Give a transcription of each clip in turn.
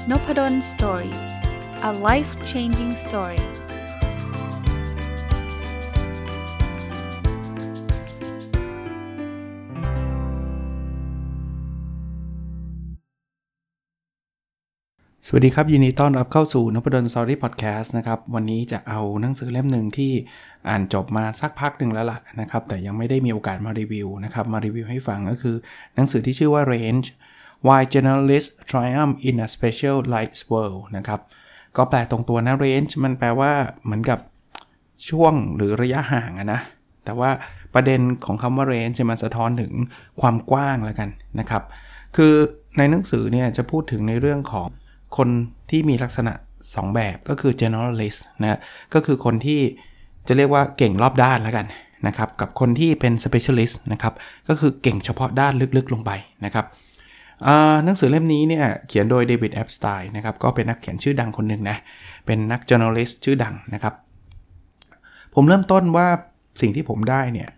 Nopadon Story. A life-changing story. สวัสดีครับยินดีต้อนรับเข้าสู่ Nopadon Story Podcast นะครับวันนี้จะเอาหนังสือเล่มหนึ่งที่อ่านจบมาสักพักหนึ่งแล้วล่ะนะครับแต่ยังไม่ได้มีโอกาสมารีวิวนะครับมารีวิวให้ฟังก็คือหนังสือที่ชื่อว่า Range Why Generalists Triumph in a Specialized World นะครับก็แปลตรงตัวนะ Range มันแปลว่าเหมือนกับช่วงหรือระยะห่างนะแต่ว่าประเด็นของคำว่า Range จะมาสะท้อนถึงความกว้างแล้วกันนะครับคือในหนังสือเนี่ยจะพูดถึงในเรื่องของคนที่มีลักษณะ2แบบก็คือ generalist นะก็คือคนที่จะเรียกว่าเก่งรอบด้านแล้วกันนะครับกับคนที่เป็น specialist นะครับก็คือเก่งเฉพาะด้านลึกๆลงไปนะครับหนังสือเล่มนี้เนี่ยเขียนโดยเดวิดแอปสไตน์นะครับก็เป็นนักเขียนชื่อดังคนหนึ่งนะเป็นนัก journalist ชื่อดังนะครับผมเริ่มต้นว่าสิ่งที่ผมได้เนี่ย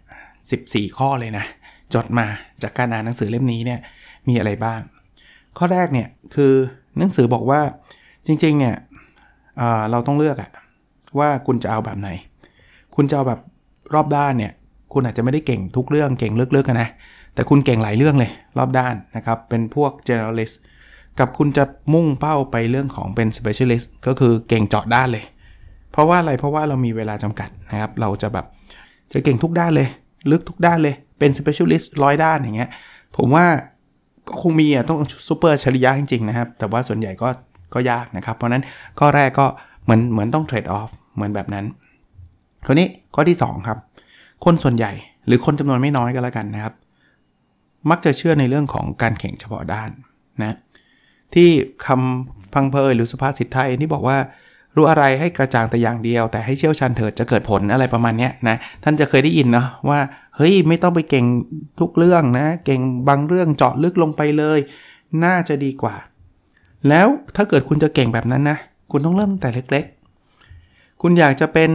14ข้อเลยนะจดมาจากการอ่านหนังสือเล่มนี้เนี่ยมีอะไรบ้างข้อแรกเนี่ยคือหนังสือบอกว่าจริงๆเนี่ยเราต้องเลือกว่าคุณจะเอาแบบไหนคุณจะเอาแบบรอบด้านเนี่ยคุณอาจจะไม่ได้เก่งทุกเรื่องเก่งลึกๆนะแต่คุณเก่งหลายเรื่องเลยรอบด้านนะครับเป็นพวก generalist กับคุณจะมุ่งเป้าไปเรื่องของเป็น specialist ก็คือเก่งเจาะด้านเลยเพราะว่าอะไรเพราะว่าเรามีเวลาจำกัดนะครับเราจะแบบจะเก่งทุกด้านเลยลึกทุกด้านเลยเป็น specialist 100 ด้านอย่างเงี้ยผมว่าก็คงมีต้องซูเปอร์อัจฉริยะจริงๆนะครับแต่ว่าส่วนใหญ่ก็ยากนะครับเพราะนั้นข้อแรกก็เหมือนต้องเทรดออฟเหมือนแบบนั้นคราวนี้ข้อที่2ครับคนส่วนใหญ่หรือคนจำนวนไม่น้อยก็แล้วกันนะครับมักจะเชื่อในเรื่องของการแข่งเฉพาะด้านนะที่คำพังเพยหรือสุภาษิตไทยที่บอกว่ารู้อะไรให้กระจ่างแต่อย่างเดียวแต่ให้เชี่ยวชาญเถิดจะเกิดผลอะไรประมาณนี้นะท่านจะเคยได้ยินเนาะว่าเฮ้ยไม่ต้องไปเก่งทุกเรื่องนะเก่งบางเรื่องเจาะลึกลงไปเลยน่าจะดีกว่าแล้วถ้าเกิดคุณจะเก่งแบบนั้นนะคุณต้องเริ่มแต่เล็กๆคุณอยากจะเป็น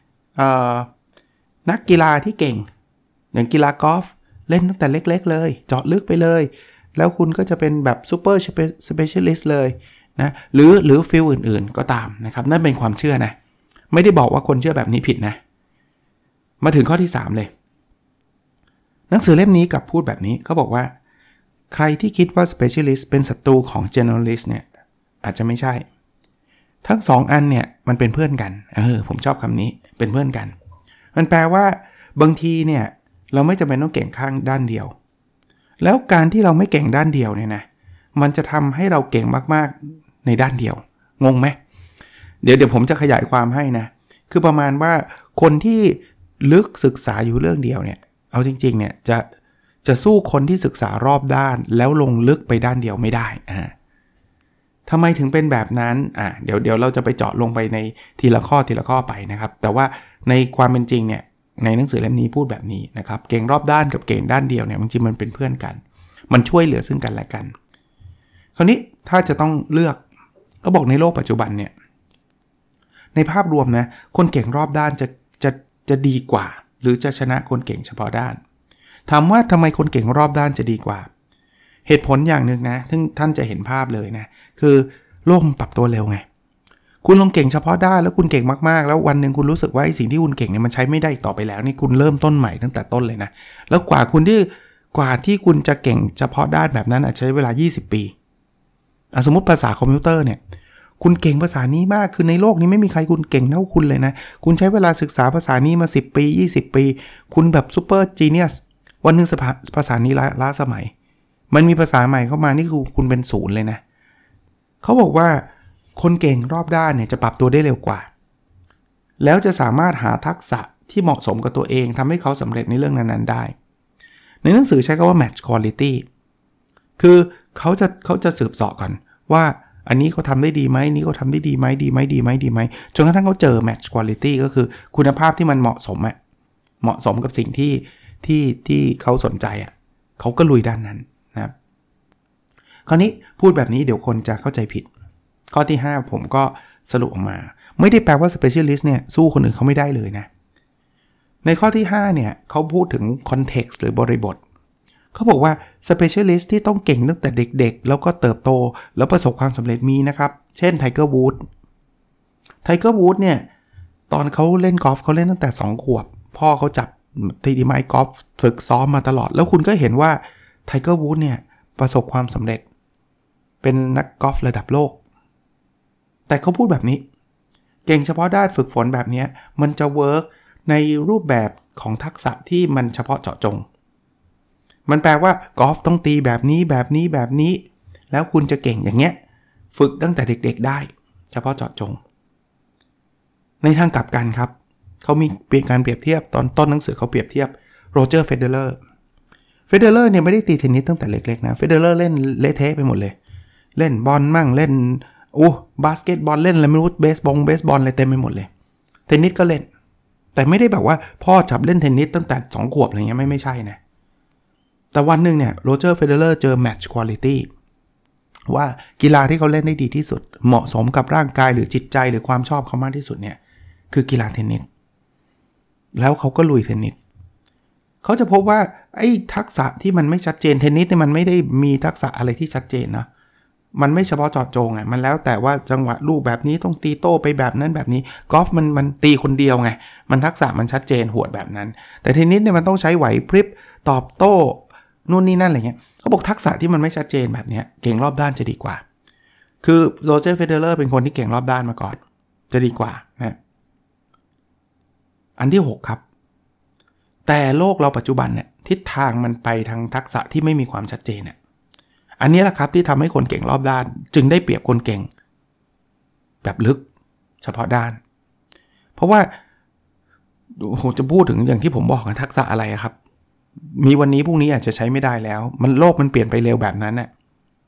นักกีฬาที่เก่งอย่างกีฬากอล์ฟเล่นตั้งแต่เล็กๆเลยเจาะลึกไปเลยแล้วคุณก็จะเป็นแบบซูเปอร์สเปเชียลิสต์เลยนะหรือฟิลอื่นๆก็ตามนะครับนั่นเป็นความเชื่อนะไม่ได้บอกว่าคนเชื่อแบบนี้ผิดนะมาถึงข้อที่3เลยหนังสือเล่มนี้กับพูดแบบนี้เขาบอกว่าใครที่คิดว่า specialist เป็นศัตรูของ generalist เนี่ยอาจจะไม่ใช่ทั้ง2อันเนี่ยมันเป็นเพื่อนกันผมชอบคำนี้เป็นเพื่อนกันมันแปลว่าบางทีเนี่ยเราไม่จำเป็นต้องเก่งข้างด้านเดียวแล้วการที่เราไม่เก่งด้านเดียวเนี่ยนะมันจะทำให้เราเก่งมากๆในด้านเดียวงงไหมเดี๋ยวผมจะขยายความให้นะคือประมาณว่าคนที่ลึกศึกษาอยู่เรื่องเดียวเนี่ยเอาจริงๆเนี่ยจะสู้คนที่ศึกษารอบด้านแล้วลงลึกไปด้านเดียวไม่ได้ทำไมถึงเป็นแบบนั้นเดี๋ยวเราจะไปเจาะลงไปในทีละข้อไปนะครับแต่ว่าในความเป็นจริงเนี่ยในหนังสือเล่มนี้พูดแบบนี้นะครับเก่งรอบด้านกับเก่งด้านเดียวเนี่ยจริงๆมันเป็นเพื่อนกันมันช่วยเหลือซึ่งกันและกันคราวนี้ถ้าจะต้องเลือกก็บอกในโลกปัจจุบันเนี่ยในภาพรวมนะคนเก่งรอบด้านจะดีกว่าหรือจะชนะคนเก่งเฉพาะด้านถามว่าทำไมคนเก่งรอบด้านจะดีกว่าเหตุผลอย่างนึงนะซึ่งท่านจะเห็นภาพเลยนะคือโลกมันปรับตัวเร็วไงคุณลงเก่งเฉพาะด้านแล้วคุณเก่งมากๆแล้ววันนึงคุณรู้สึกว่าไอ้สิ่งที่คุณเก่งเนี่ยมันใช้ไม่ได้ต่อไปแล้วนี่คุณเริ่มต้นใหม่ตั้งแต่ต้นเลยนะแล้วกว่าที่คุณจะเก่งเฉพาะด้านแบบนั้นอาจใช้เวลา20ปีสมมุติภาษาคอมพิวเตอร์เนี่ยคุณเก่งภาษานี้มากคือในโลกนี้ไม่มีใครคุณเก่งเท่าคุณเลยนะคุณใช้เวลาศึกษาภาษานี้มา10ปี20ปีคุณแบบซูเปอร์จีเนียสวันนึงภาษานี้ล้าสมัยมันมีภาษาใหม่เข้ามานี่คือคุณเป็นศูนย์เลยนะเขาบอกว่าคนเก่งรอบด้านเนี่ยจะปรับตัวได้เร็วกว่าแล้วจะสามารถหาทักษะที่เหมาะสมกับตัวเองทำให้เขาสำเร็จในเรื่องนั้นๆได้ในหนังสือใช้คำว่า match quality คือเขาจะสืบเสาะก่อนว่าอันนี้เขาทำได้ดีไหมนี่เขาทำได้ดีไหมจนกระทั่งเขาเจอ match quality ก็คือคุณภาพที่มันเหมาะสมกับสิ่งที่เขาสนใจเขาก็ลุยด้านนั้นนะครับคราวนี้พูดแบบนี้เดี๋ยวคนจะเข้าใจผิดข้อที่5ผมก็สรุปออกมาไม่ได้แปลว่า specialist เนี่ยสู้คนอื่นเขาไม่ได้เลยนะในข้อที่5เนี่ยเขาพูดถึง context หรือบริบทเขาบอกว่า specialist ที่ต้องเก่งตั้งแต่เด็กๆแล้วก็เติบโตแล้วประสบความสำเร็จมีนะครับเช่นไทเกอร์วูดเนี่ยตอนเขาเล่นกอล์ฟเขาเล่นตั้งแต่2 ขวบพ่อเขาจับตีไม้กอล์ฟฝึกซ้อมมาตลอดแล้วคุณก็เห็นว่าไทเกอร์วูดเนี่ยประสบความสำเร็จเป็นนักกอล์ฟระดับโลกแต่เขาพูดแบบนี้เก่งเฉพาะด้านฝึกฝนแบบนี้มันจะเวิร์กในรูปแบบของทักษะที่มันเฉพาะเจาะจงมันแปลว่ากอล์ฟต้องตีแบบนี้แล้วคุณจะเก่งอย่างเงี้ยฝึกตั้งแต่เด็กๆได้เฉพาะเจาะจงในทางกลับกันครับเขามีการเปรียบเทียบตอนต้นหนังสือเขาเปรียบเทียบโรเจอร์เฟเดอร์เนี่ยไม่ได้ตีเทนนิสตั้งแต่เล็กๆนะเฟเดอร์เล่นเละเทะไปหมดเลยเล่นบอลมั่งเล่นบาสเกตบอลเล่นอะไรไม่รู้เบสบอลอะไรเต็มไปหมดเลยเทนนิสก็เล่นแต่ไม่ได้แบบว่าพ่อจับเล่นเทนนิสตั้งแต่2 ขวบอะไรเงี้ยไม่ใช่นะแต่วันหนึ่งเนี่ยโรเจอร์เฟเดอร์เจอแมตช์ควอลิตี้ว่ากีฬาที่เขาเล่นได้ดีที่สุดเหมาะสมกับร่างกายหรือจิตใจหรือความชอบเขามากที่สุดเนี่ยคือกีฬาเทนนิสแล้วเขาก็ลุยเทนนิสเขาจะพบว่าไอ้ทักษะที่มันไม่ชัดเจนเทนนิสเนี่ยมันไม่ได้มีทักษะอะไรที่ชัดเจนนะมันไม่เฉพาะเจาะจงมันแล้วแต่ว่าจังหวะลูกแบบนี้ต้องตีโต้ไปแบบนั้นแบบนี้กอล์ฟมันตีคนเดียวไงมันทักษะมันชัดเจนหวดแบบนั้นแต่เทนนิสเนี่ยมันต้องใช้ไหวพริบตอบโต้นู่นนี่นั่นอะไรเงี้ยเขาบอกทักษะที่มันไม่ชัดเจนแบบนี้เก่งรอบด้านจะดีกว่าคือโรเจอร์เฟเดอร์เป็นคนที่เก่งรอบด้านมาก่อนจะดีกว่านะอันที่6ครับแต่โลกเราปัจจุบันเนี่ยทิศทางมันไปทางทักษะที่ไม่มีความชัดเจนเนี่ยอันนี้แหละครับที่ทำให้คนเก่งรอบด้านจึงได้เปรียบคนเก่งแบบลึกเฉพาะด้านเพราะว่าผมจะพูดถึงอย่างที่ผมบอกทักษะอะไรครับมีวันนี้พรุ่งนี้อาจจะใช้ไม่ได้แล้วโลกมันเปลี่ยนไปเร็วแบบนั้นนะ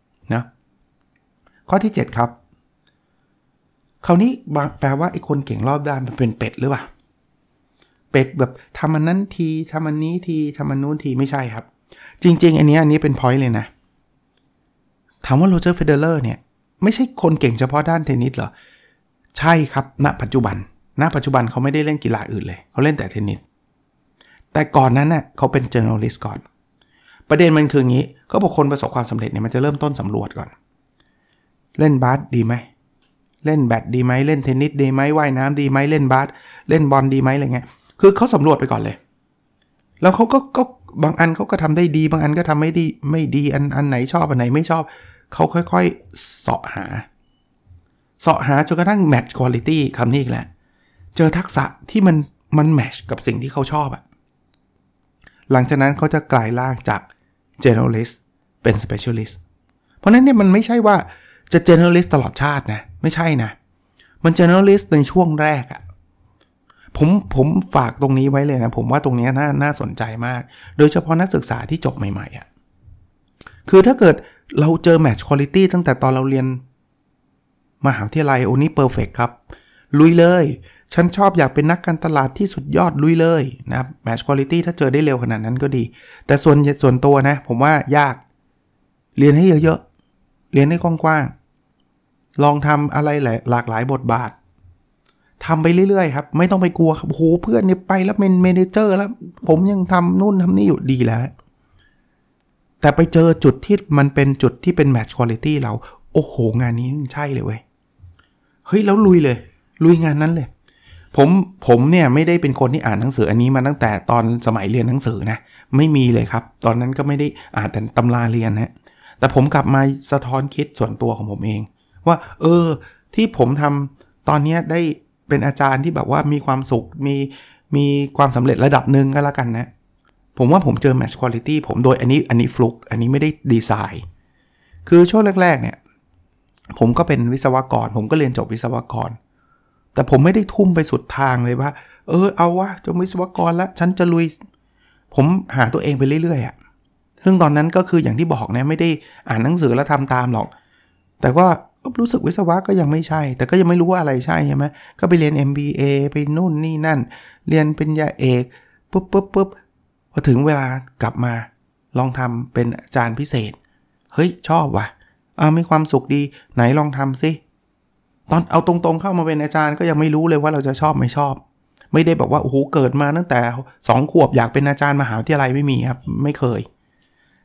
ข้อที่7ครับคราวนี้แปลว่าไอ้คนเก่งรอบด้านมันเป็นเป็ดหรือเปล่าเป็ดแบบทำอันนั้นทีทำอันนี้ทีทำอันนู้นทีไม่ใช่ครับจริงๆอันนี้เป็น point เลยนะถามว่าโรเจอร์เฟเดอร์เนี่ยไม่ใช่คนเก่งเฉพาะด้านเทนนิสเหรอใช่ครับณปัจจุบันเขาไม่ได้เล่นกีฬาอื่นเลยเขาเล่นแต่เทนนิสแต่ก่อนนั้นน่ะเขาเป็น journalist ก่อนประเด็นมันคืองี้เขาบอกคนประสบความสำเร็จเนี่ยมันจะเริ่มต้นสำรวจก่อนเล่นบาสดีไหมเล่นแบดดีไหมเล่นเทนนิสดีไหมว่ายน้ำดีไหมเล่นบาสเล่นบอลดีไหมอะไรเงี้ยคือเขาสำรวจไปก่อนเลยแล้วเขาก็บางอันเขาก็ทำได้ดีบางอันก็ทำไม่ดีอันไหนชอบอันไหนไม่ชอบเขาค่อยๆเสาะหาจนกระทั่ง match quality คำนี้อีกแหละเจอทักษะที่มัน match กับสิ่งที่เขาชอบอะหลังจากนั้นเขาจะกลายร่างจาก generalist เป็น specialist เพราะนั้นเนี่ยมันไม่ใช่ว่าจะ generalist ตลอดชาตินะไม่ใช่นะมัน generalist ในช่วงแรกอะผมฝากตรงนี้ไว้เลยนะผมว่าตรงนี้น่าสนใจมากโดยเฉพาะนักศึกษาที่จบใหม่ๆอ่ะคือถ้าเกิดเราเจอ match quality ตั้งแต่ตอนเราเรียนมหาวิทยาลัยนี่เพอร์เฟคครับลุยเลยฉันชอบอยากเป็นนักการตลาดที่สุดยอดลุยเลยนะครับ match quality ถ้าเจอได้เร็วขนาดนั้นก็ดีแต่ส่วนตัวนะผมว่ายากเรียนให้เยอะๆเรียนให้กว้างๆลองทำอะไรหลากหลายบทบาททำไปเรื่อยๆครับไม่ต้องไปกลัวครับโอ้โหเพื่อนเนี่ยไปแล้วเป็นเมเนเจอร์แล้วผมยังทำนู่นทำนี่อยู่ดีแล้วแต่ไปเจอจุดที่มันเป็นจุดที่เป็นแมทช์ควอลิตี้เราโอ้โหงานนี้ใช่เลยเว้ยเฮ้ยแล้วลุยงานนั้นเลยผมเนี่ยไม่ได้เป็นคนที่อ่านหนังสืออันนี้มาตั้งแต่ตอนสมัยเรียนหนังสือนะไม่มีเลยครับตอนนั้นก็ไม่ได้อ่านแต่ตำราเรียนนะแต่ผมกลับมาสะท้อนคิดส่วนตัวของผมเองว่าที่ผมทำตอนนี้ได้เป็นอาจารย์ที่แบบว่ามีความสุขมีความสำเร็จระดับหนึ่งก็แล้วกันนะผมว่าผมเจอ match quality ผมโดยอันนี้ฟลุกอันนี้ไม่ได้ดีไซน์คือช่วงแรกๆเนี่ยผมก็เป็นวิศวกรผมก็เรียนจบวิศวกรแต่ผมไม่ได้ทุ่มไปสุดทางเลยว่าเอาวะจบวิศวกรแล้วฉันจะลุยผมหาตัวเองไปเรื่อยๆอ่ะซึ่งตอนนั้นก็คืออย่างที่บอกนะไม่ได้อ่านหนังสือแล้วทำตามหรอกแต่ก็รู้สึกวิศวะก็ยังไม่ใช่แต่ก็ยังไม่รู้ว่าอะไรใช่ไหมก็ไปเรียน MBA ไปนู่นนี่นั่นเรียนปริญญาเอกปุ๊บพอถึงเวลากลับมาลองทำเป็นอาจารย์พิเศษเฮ้ยชอบว่ะมีความสุขดีไหนลองทำสิตอนเอาตรงๆเข้ามาเป็นอาจารย์ก็ยังไม่รู้เลยว่าเราจะชอบไม่ชอบไม่ได้บอกว่าโอ้โหเกิดมาตั้งแต่2 ขวบอยากเป็นอาจารย์มหาวิทยาลัยไม่มีครับไม่เคย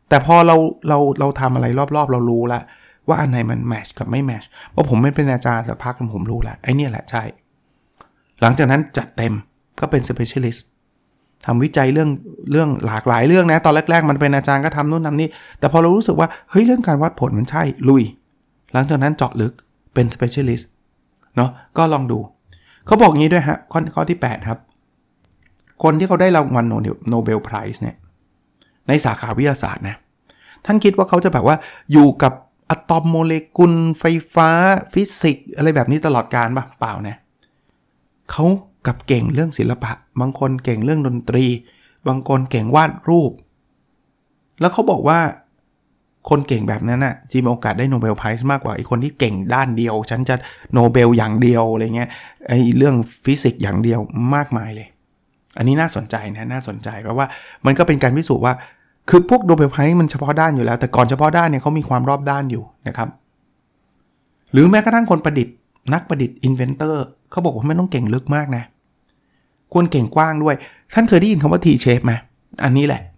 แต่พอเราทำอะไรรอบๆเรารู้แล้วว่าอันไหนมันแมทช์กับไม่แมทช์เพราะผมไม่เป็นอาจารย์สักพักผมรู้แล้วไอ้นี่แหละใช่หลังจากนั้นจัดเต็มก็เป็น specialist ทำวิจัยเรื่องหลากหลายเรื่องนะตอนแรกๆมันเป็นอาจารย์ก็ทำนู่นทำนี่แต่พอเรารู้สึกว่าเฮ้ยเรื่องการวัดผลมันใช่ลุยหลังจากนั้นเจาะลึกเป็น specialist เนาะก็ลองดูเขาบอกงี้ด้วยฮะข้อที่8ครับคนที่เขาได้รางวัลโนเบลไพรส์เนี่ยในสาขาวิทยาศาสตร์นะท่านคิดว่าเขาจะแบบว่าอยู่กับอะตอมโมเลกุลไฟฟ้าฟิสิกส์อะไรแบบนี้ตลอดกาลป่ะเปล่านะเขากับเก่งเรื่องศิลปะบางคนเก่งเรื่องดนตรีบางคนเก่งวาดรูปแล้วเขาบอกว่าคนเก่งแบบนั้นน่ะจะมีโอกาสได้โนเบลไพรส์มากกว่าไอ้คนที่เก่งด้านเดียวฉันจะโนเบลอย่างเดียวอะไรเงี้ยไอ้เรื่องฟิสิกส์อย่างเดียวมากมายเลยอันนี้น่าสนใจนะน่าสนใจเพราะว่ามันก็เป็นการพิสูจน์ว่าคือพวกโนเบลไพรส์มันเฉพาะด้านอยู่แล้วแต่ก่อนเฉพาะด้านเนี่ยเขามีความรอบด้านอยู่นะครับหรือแม้กระทั่งคนประดิษฐ์นักประดิษฐ์อินเวนเตอร์เขาบอกว่าไม่ต้องเก่งลึกมากนะควรเก่งกว้างด้วยท่านเคยได้ยินคำว่า T-shape ไหมอันนี้แหละ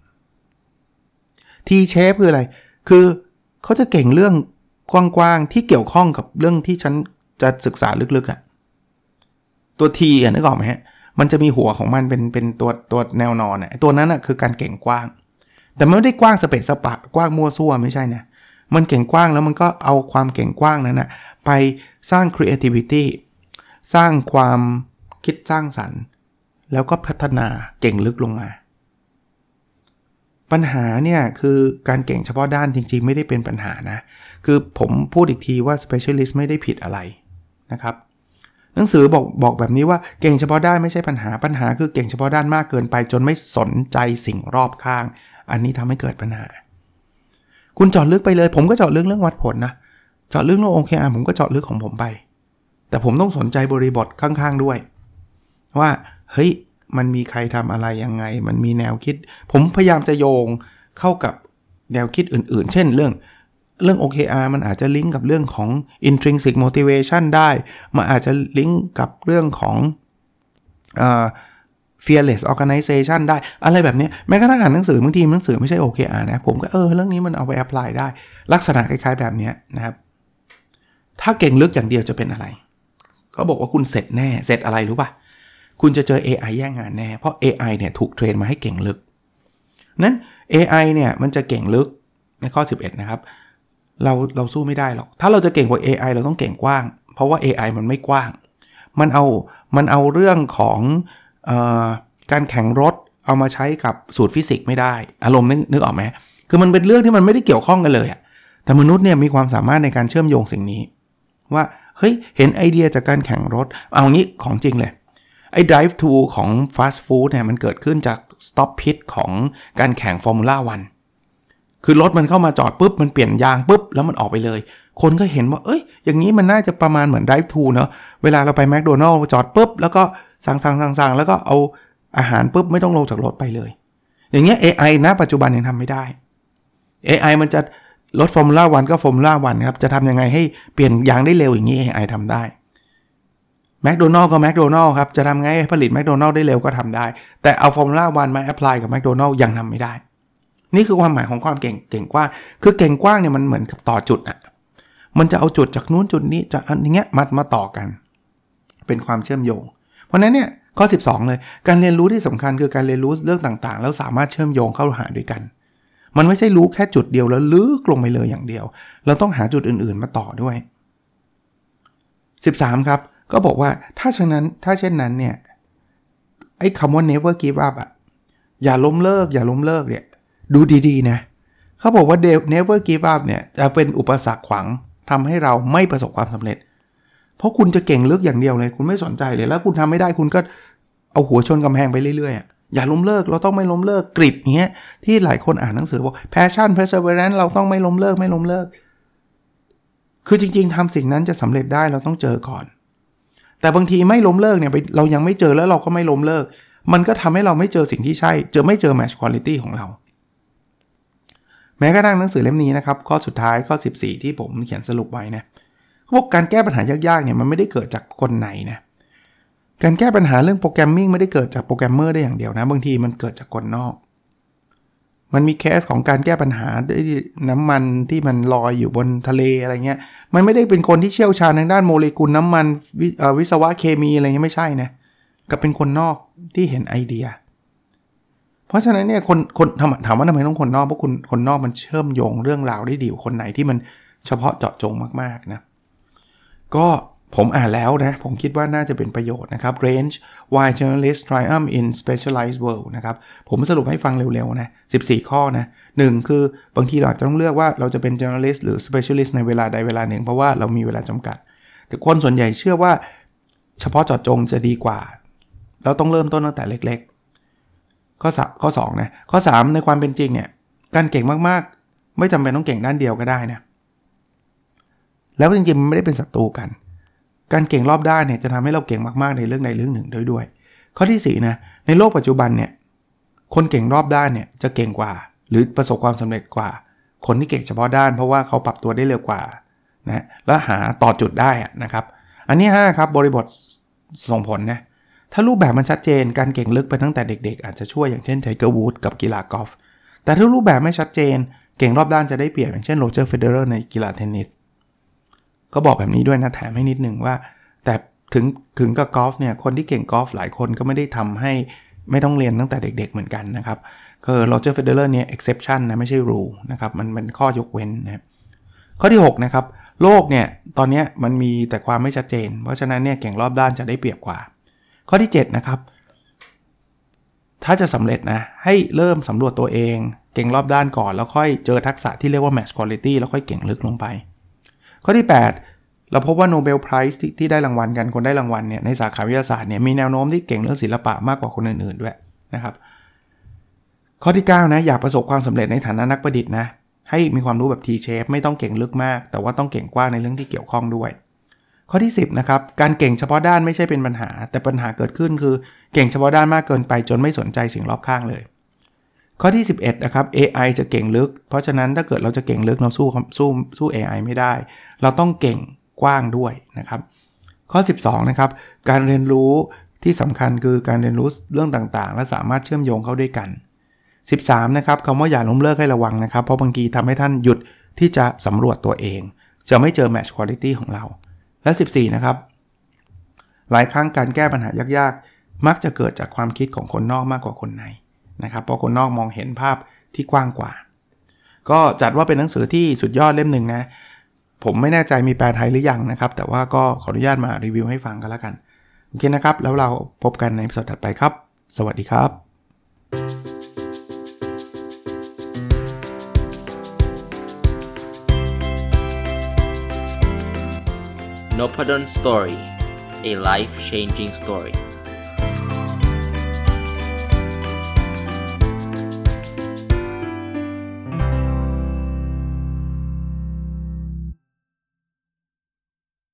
T-shape คืออะไรคือเขาจะเก่งเรื่องกว้างๆที่เกี่ยวข้องกับเรื่องที่ฉันจะศึกษาลึกๆอ่ะตัว T อ่ะนึกออกไหมฮะมันจะมีหัวของมันเป็นตัวแนวนอนอ่ะตัวนั้นอ่ะคือการเก่งกว้างแต่ไม่ได้กว้างสเปซสปะกว้างมั่วซั่วไม่ใช่นะมันเก่งกว้างแล้วมันก็เอาความเก่งกว้างนั้นนะไปสร้าง creativity สร้างความคิดสร้างสรรค์แล้วก็พัฒนาเก่งลึกลงมาปัญหาเนี่ยคือการเก่งเฉพาะด้านจริงๆไม่ได้เป็นปัญหานะคือผมพูดอีกทีว่า specialist ไม่ได้ผิดอะไรนะครับหนังสือบอกแบบนี้ว่าเก่งเฉพาะด้านไม่ใช่ปัญหาคือเก่งเฉพาะด้านมากเกินไปจนไม่สนใจสิ่งรอบข้างอันนี้ทำให้เกิดปัญหาคุณเจาะลึกไปเลยผมก็เจาะลึกเรื่องวัดผลนะเจาะลึกเรื่อง OKR ผมก็เจาะลึกของผมไปแต่ผมต้องสนใจบริบทข้างๆด้วยว่าเฮ้ยมันมีใครทำอะไรยังไงมันมีแนวคิดผมพยายามจะโยงเข้ากับแนวคิดอื่นๆเช่นเรื่อง OKR มันอาจจะลิงก์กับเรื่องของ intrinsic motivation ได้มันอาจจะลิงก์กับเรื่องของfearless organization ได้อะไรแบบนี้แม้กระทั่งอ่านหนังสือบางทีหนังสือไม่ใช่ OKR นะผมก็เรื่องนี้มันเอาไป apply ได้ลักษณะคล้ายๆแบบนี้นะครับถ้าเก่งลึกอย่างเดียวจะเป็นอะไรเขาบอกว่าคุณเสร็จแน่เสร็จอะไรรู้ป่ะคุณจะเจอ AI แย่งงานแน่เพราะ AI เนี่ยถูกเทรนมาให้เก่งลึกนั้น AI เนี่ยมันจะเก่งลึกในข้อ11นะครับเราสู้ไม่ได้หรอกถ้าเราจะเก่งกว่า AI เราต้องเก่งกว้างเพราะว่า AI มันไม่กว้างมันเอาเรื่องของการแข่งรถเอามาใช้กับสูตรฟิสิกส์ไม่ได้อารมณ์นึกออกไหมคือมันเป็นเรื่องที่มันไม่ได้เกี่ยวข้องกันเลยอะแต่มนุษย์เนี่ยมีความสามารถในการเชื่อมโยงสิ่งนี้ว่าเฮ้ยเห็นไอเดียจากการแข่งรถเอางี้ของจริงเลยไอ้ drive to ของ fast food เนี่ยมันเกิดขึ้นจาก stop pit ของการแข่ง Formula 1คือรถมันเข้ามาจอดปุ๊บมันเปลี่ยนยางปุ๊บแล้วมันออกไปเลยคนก็เห็นว่าอย่างนี้มันน่าจะประมาณเหมือน drive to เนอะเวลาเราไปแมคโดนัลด์จอดปุ๊บแล้วก็สั่งแล้วก็เอาอาหารปุ๊บไม่ต้องลงจากรถไปเลยอย่างเงี้ย AI ณปัจจุบันยังทำไม่ได้ AI มันจะรถ Formula 1ก็ Formula 1ครับจะทำยังไงให้เปลี่ยนยางได้เร็วอย่างนี้ AI ทำได้แมคโดนัลด์ก็แมคโดนัลด์ครับจะทำไงให้ผลิตแมคโดนัลด์ได้เร็วก็ทำได้แต่เอา Formula 1มาแอพพลายกับแมคโดนัลด์ยังทำไม่ได้นี่คือความหมายของความเก่งกว้างคือเก่งกว้างเนี่ยมันเหมือนกับต่อจุดอ่ะมันจะเอาจุดจากนู้นจุดนี้จะอย่างเงี้ยมาต่อกันเป็นความเชื่อมโยงเพราะนั้นเนี่ยข้อ12เลยการเรียนรู้ที่สำคัญคือการเรียนรู้เรื่องต่างๆแล้วสามารถเชื่อมโยงเข้าหาด้วยกันมันไม่ใช่รู้แค่จุดเดียวแล้วลึกลงไปเลยอย่างเดียวเราต้องหาจุดอื่นๆมาต่อด้วย13ครับก็บอกว่าถ้าเช่นนั้นเนี่ยไอ้คำว่า never give up อ่ะอย่าล้มเลิกเนี่ยดูดีๆนะเขาบอกว่า never give up เนี่ยจะเป็นอุปสรรคขวางทำให้เราไม่ประสบความสำเร็จเพราะคุณจะเก่งลึกอย่างเดียวเลยคุณไม่สนใจเลยแล้วคุณทำไม่ได้คุณก็เอาหัวชนกำแพงไปเรื่อยๆอย่าล้มเลิกเราต้องไม่ล้มเลิกกริดเงี้ยที่หลายคนอ่านหนังสือบอก passion perseverance เราต้องไม่ล้มเลิกคือจริงๆทำสิ่งนั้นจะสำเร็จได้เราต้องเจอก่อนแต่บางทีไม่ล้มเลิกเนี่ยเรายังไม่เจอแล้วเราก็ไม่ล้มเลิกมันก็ทำให้เราไม่เจอสิ่งที่ใช่ไม่เจอ match quality ของเราแม้กระทั่งหนังสือเล่มนี้นะครับข้อสุดท้ายข้อ14ที่ผมเขียนสรุปไว้นะเขาบอกการแก้ปัญหายากๆเนี่ยมันไม่ได้เกิดจากคนไหนนะการแก้ปัญหาเรื่องโปรแกรมมิ่งไม่ได้เกิดจากโปรแกรมเมอร์ได้อย่างเดียวนะบางทีมันเกิดจากคนนอกมันมีเคสของการแก้ปัญหาด้วยน้ำมันที่มันลอยอยู่บนทะเลอะไรเงี้ยมันไม่ได้เป็นคนที่เชี่ยวชาญทางด้านโมเลกุลน้ำมันวิศวะเคมีอะไรเงี้ยไม่ใช่นะก็เป็นคนนอกที่เห็นไอเดียเพราะฉะนั้นเนี่ยคนถามว่าทำไมต้องคนนอกเพราะคนนอกมันเชื่อมโยงเรื่องราวได้ดีกว่าคนไหนที่มันเฉพาะเจาะจงมากๆนะก็ผมอ่านแล้วนะผมคิดว่าน่าจะเป็นประโยชน์นะครับ Range Why Journalists Triumph in Specialized World นะครับผมสรุปให้ฟังเร็วๆนะ14ข้อนะ1คือบางทีเราอาจจะต้องเลือกว่าเราจะเป็น journalist หรือ specialist ในเวลาใดเวลาหนึ่งเพราะว่าเรามีเวลาจำกัดแต่คนส่วนใหญ่เชื่อว่าเฉพาะเจาะจงจะดีกว่าเราต้องเริ่มต้นตั้งแต่เล็กๆข้อ2นะข้อ3ในความเป็นจริงเนี่ยการเก่งมากๆไม่จำเป็นต้องเก่งด้านเดียวก็ได้นะแล้วจริงๆมันไม่ได้เป็นศัตรูกันการเก่งรอบด้านเนี่ยจะทำให้เราเก่งมากๆในเรื่องใดเรื่องหนึ่งด้วยข้อที่4นะในโลกปัจจุบันเนี่ยคนเก่งรอบด้านเนี่ยจะเก่งกว่าหรือประสบความสำเร็จกว่าคนที่เก่งเฉพาะด้านเพราะว่าเขาปรับตัวได้เร็วกว่านะและหาต่อจุดได้นะครับอันที่5ครับบริบทส่งผลนะถ้ารูปแบบมันชัดเจนการเก่งลึกไปตั้งแต่เด็กๆอาจจะช่วยอย่างเช่นไทเกอร์วูดกับกีฬากอล์ฟแต่ถ้ารูปแบบไม่ชัดเจนเก่งรอบด้านจะได้เปรียบอย่างเช่นโรเจอร์เฟเดอเรอร์ในกีฬาเทนนิสก็บอกแบบนี้ด้วยนะแถมให้นิดนึงว่าแต่ถึงกับกอล์ฟเนี่ยคนที่เก่งกอล์ฟหลายคนก็ไม่ได้ทำให้ไม่ต้องเรียนตั้งแต่เด็กๆเหมือนกันนะครับคือโรเจอร์เฟเดอเรอร์เนี่ย exception นะไม่ใช่ rule นะครับมันเป็นข้อยกเว้นนะข้อที่6นะครับโลกเนี่ยตอนนี้มันมีแต่ความไม่ชัดเจนเพราะฉะนั้นเนี่ยเก่งรอบด้านจะได้เปรียบกว่าข้อที่7นะครับถ้าจะสำเร็จนะให้เริ่มสำรวจตัวเองเก่งรอบด้านก่อนแล้วค่อยเจอทักษะที่เรียกว่า match quality แล้วค่อยเก่งลึกลงไปข้อที่8เราพบว่า Nobel Prize ที่ได้รางวัลกันคนได้รางวัลเนี่ยในสาขาวิทยาศาสตร์เนี่ยมีแนวโน้มที่เก่งเรื่องศิลปะมากกว่าคนอื่นๆด้วยนะครับข้อที่9นะอยากประสบความสำเร็จในฐานะนักประดิษฐ์นะให้มีความรู้แบบ T-shape ไม่ต้องเก่งลึกมากแต่ว่าต้องเก่งกว้างในเรื่องที่เกี่ยวข้องด้วยข้อที่10นะครับการเก่งเฉพาะด้านไม่ใช่เป็นปัญหาแต่ปัญหาเกิดขึ้นคือเก่งเฉพาะด้านมากเกินไปจนไม่สนใจสิ่งรอบข้างเลยข้อที่11นะครับ AI จะเก่งลึกเพราะฉะนั้นถ้าเกิดเราจะเก่งลึกเราสู้ AI ไม่ได้เราต้องเก่งกว้างด้วยนะครับข้อ12นะครับการเรียนรู้ที่สำคัญคือการเรียนรู้เรื่องต่างๆและสามารถเชื่อมโยงเข้าด้วยกัน13นะครับคำว่าอย่าล้มเลิกให้ระวังนะครับเพราะบางทีทำให้ท่านหยุดที่จะสำรวจตัวเองจะไม่เจอ match quality ของเราและ14นะครับหลายครั้งการแก้ปัญหายากๆมักจะเกิดจากความคิดของคนนอกมากกว่าคนในนะครับเพราะคนนอกมองเห็นภาพที่กว้างกว่าก็จัดว่าเป็นหนังสือที่สุดยอดเล่มหนึ่งนะผมไม่แน่ใจมีแปลไทยหรือยังนะครับแต่ว่าก็ขออนุญาตมารีวิวให้ฟังกันแล้วกันโอเคนะครับแล้วเราพบกันในตอนถัดไปครับสวัสดีครับ Nopadon Story, a life-changing story.